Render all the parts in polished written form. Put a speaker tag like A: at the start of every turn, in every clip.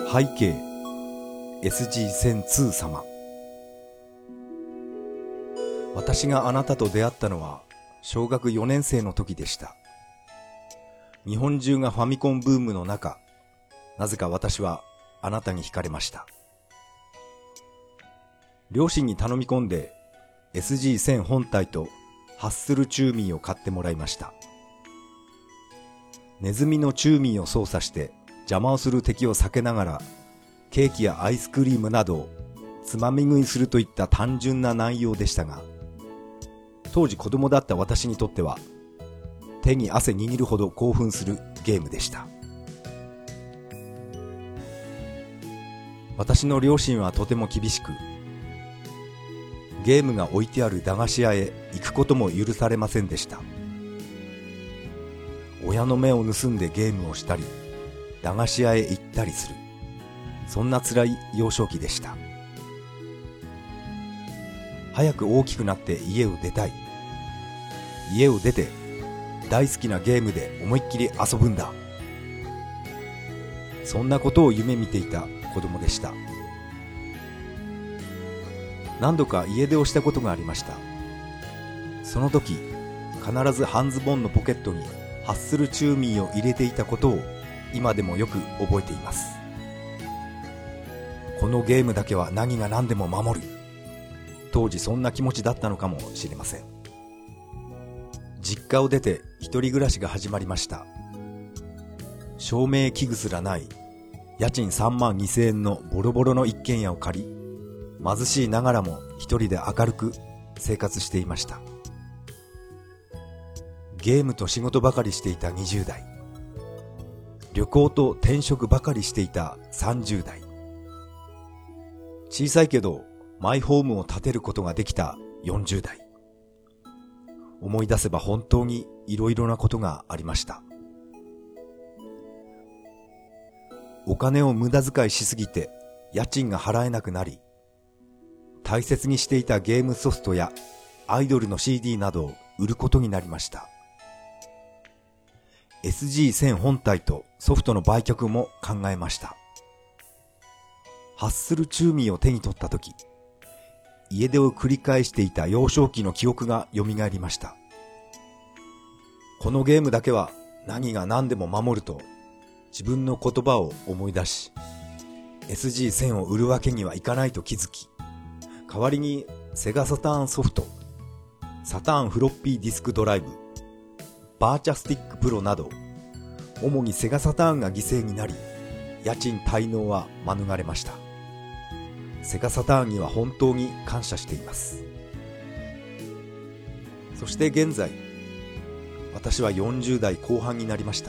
A: 背景 SG-1002 様。私があなたと出会ったのは小学4年生の時でした。日本中がファミコンブームの中、なぜか私はあなたに惹かれました。両親に頼み込んで SG-1000 本体とハッスルチューミーを買ってもらいました。ネズミのチューミーを操作して邪魔をする敵を避けながらケーキやアイスクリームなどをつまみ食いするといった単純な内容でしたが、当時子供だった私にとっては手に汗握るほど興奮するゲームでした。私の両親はとても厳しく、ゲームが置いてある駄菓子屋へ行くことも許されませんでした。親の目を盗んでゲームをしたり、駄菓子屋へ行ったりする、そんな辛い幼少期でした。早く大きくなって家を出たい。家を出て大好きなゲームで思いっきり遊ぶんだ。そんなことを夢見ていた子供でした。何度か家出をしたことがありました。その時必ず半ズボンのポケットにハッスルチューミーを入れていたことを今でもよく覚えています。このゲームだけは何が何でも守る。当時そんな気持ちだったのかもしれません。実家を出て一人暮らしが始まりました。照明器具すらない家賃3万2000円のボロボロの一軒家を借り、貧しいながらも一人で明るく生活していました。ゲームと仕事ばかりしていた20代、旅行と転職ばかりしていた30代、小さいけどマイホームを建てることができた40代。思い出せば本当にいろいろなことがありました。お金を無駄遣いしすぎて家賃が払えなくなり、大切にしていたゲームソフトやアイドルの CD などを売ることになりました。SG-1000 本体とソフトの売却も考えました。ハッスルチューミーを手に取ったとき、家出を繰り返していた幼少期の記憶が蘇りました。このゲームだけは何が何でも守ると自分の言葉を思い出し、SG-1000 を売るわけにはいかないと気づき、代わりにセガサターンソフト、サターンフロッピーディスクドライブ、バーチャスティックプロなど、主にセガサターンが犠牲になり、家賃滞納は免れました。セガサターンには本当に感謝しています。そして現在、私は40代後半になりました。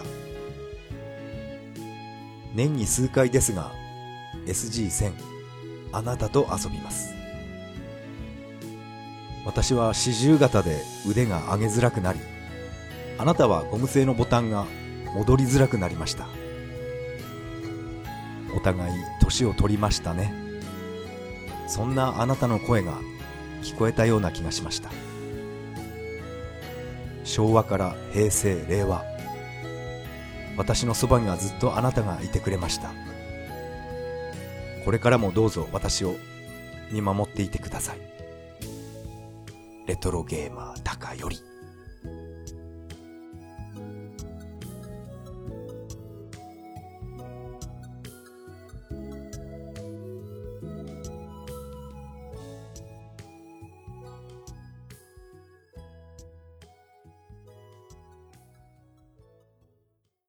A: 年に数回ですが、SG-1000、あなたと遊びます。私は四十肩で腕が上げづらくなり、あなたはゴム製のボタンが戻りづらくなりました。お互い年を取りましたね。そんなあなたの声が聞こえたような気がしました。昭和から平成、令和、私のそばにはずっとあなたがいてくれました。これからもどうぞ私を見守っていてください。レトロゲーマー高より。